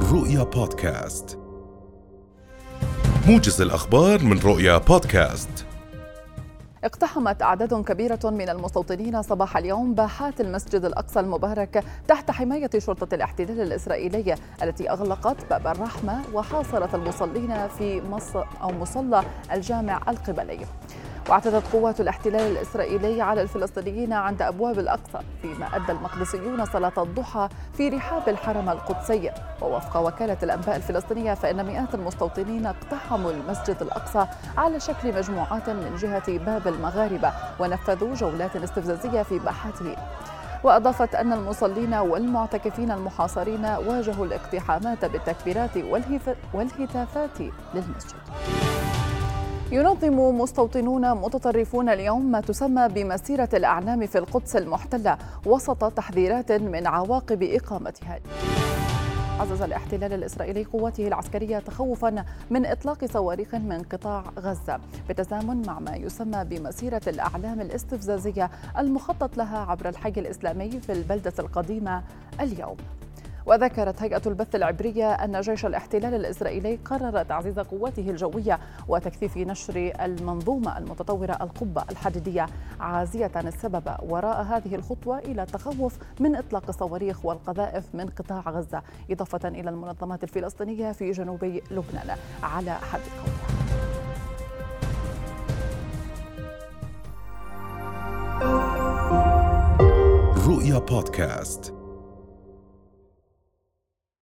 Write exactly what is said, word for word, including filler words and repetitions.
رؤيا بودكاست، موجز الأخبار من رؤيا بودكاست. اقتحمت أعداد كبيرة من المستوطنين صباح اليوم باحات المسجد الأقصى المبارك تحت حماية شرطة الاحتلال الإسرائيلية التي أغلقت باب الرحمة وحاصرت المصلين في مص أو مصلى الجامع القبلي. واعتدت قوات الاحتلال الإسرائيلي على الفلسطينيين عند أبواب الأقصى، فيما أدى المقدسيون صلاة الضحى في رحاب الحرم القدسي. ووفق وكالة الأنباء الفلسطينية فإن مئات المستوطنين اقتحموا المسجد الأقصى على شكل مجموعات من جهة باب المغاربة ونفذوا جولات استفزازية في باحته. وأضافت أن المصلين والمعتكفين المحاصرين واجهوا الاقتحامات بالتكبيرات والهتافات للمسجد. ينظم مستوطنون متطرفون اليوم ما تسمى بمسيرة الأعلام في القدس المحتلة وسط تحذيرات من عواقب إقامتها. عزز الاحتلال الإسرائيلي قوته العسكرية تخوفا من إطلاق صواريخ من قطاع غزة بالتزامن مع ما يسمى بمسيرة الأعلام الاستفزازية المخطط لها عبر الحي الإسلامي في البلدة القديمة اليوم. وذكرت هيئة البث العبرية أن جيش الاحتلال الإسرائيلي قرر تعزيز قوته الجوية وتكثيف نشر المنظومة المتطورة القبة الحديدية، عازية السبب وراء هذه الخطوة إلى التخوف من إطلاق الصواريخ والقذائف من قطاع غزة، إضافة إلى المنظمات الفلسطينية في جنوب لبنان على حد قولها. رؤيا بودكاست.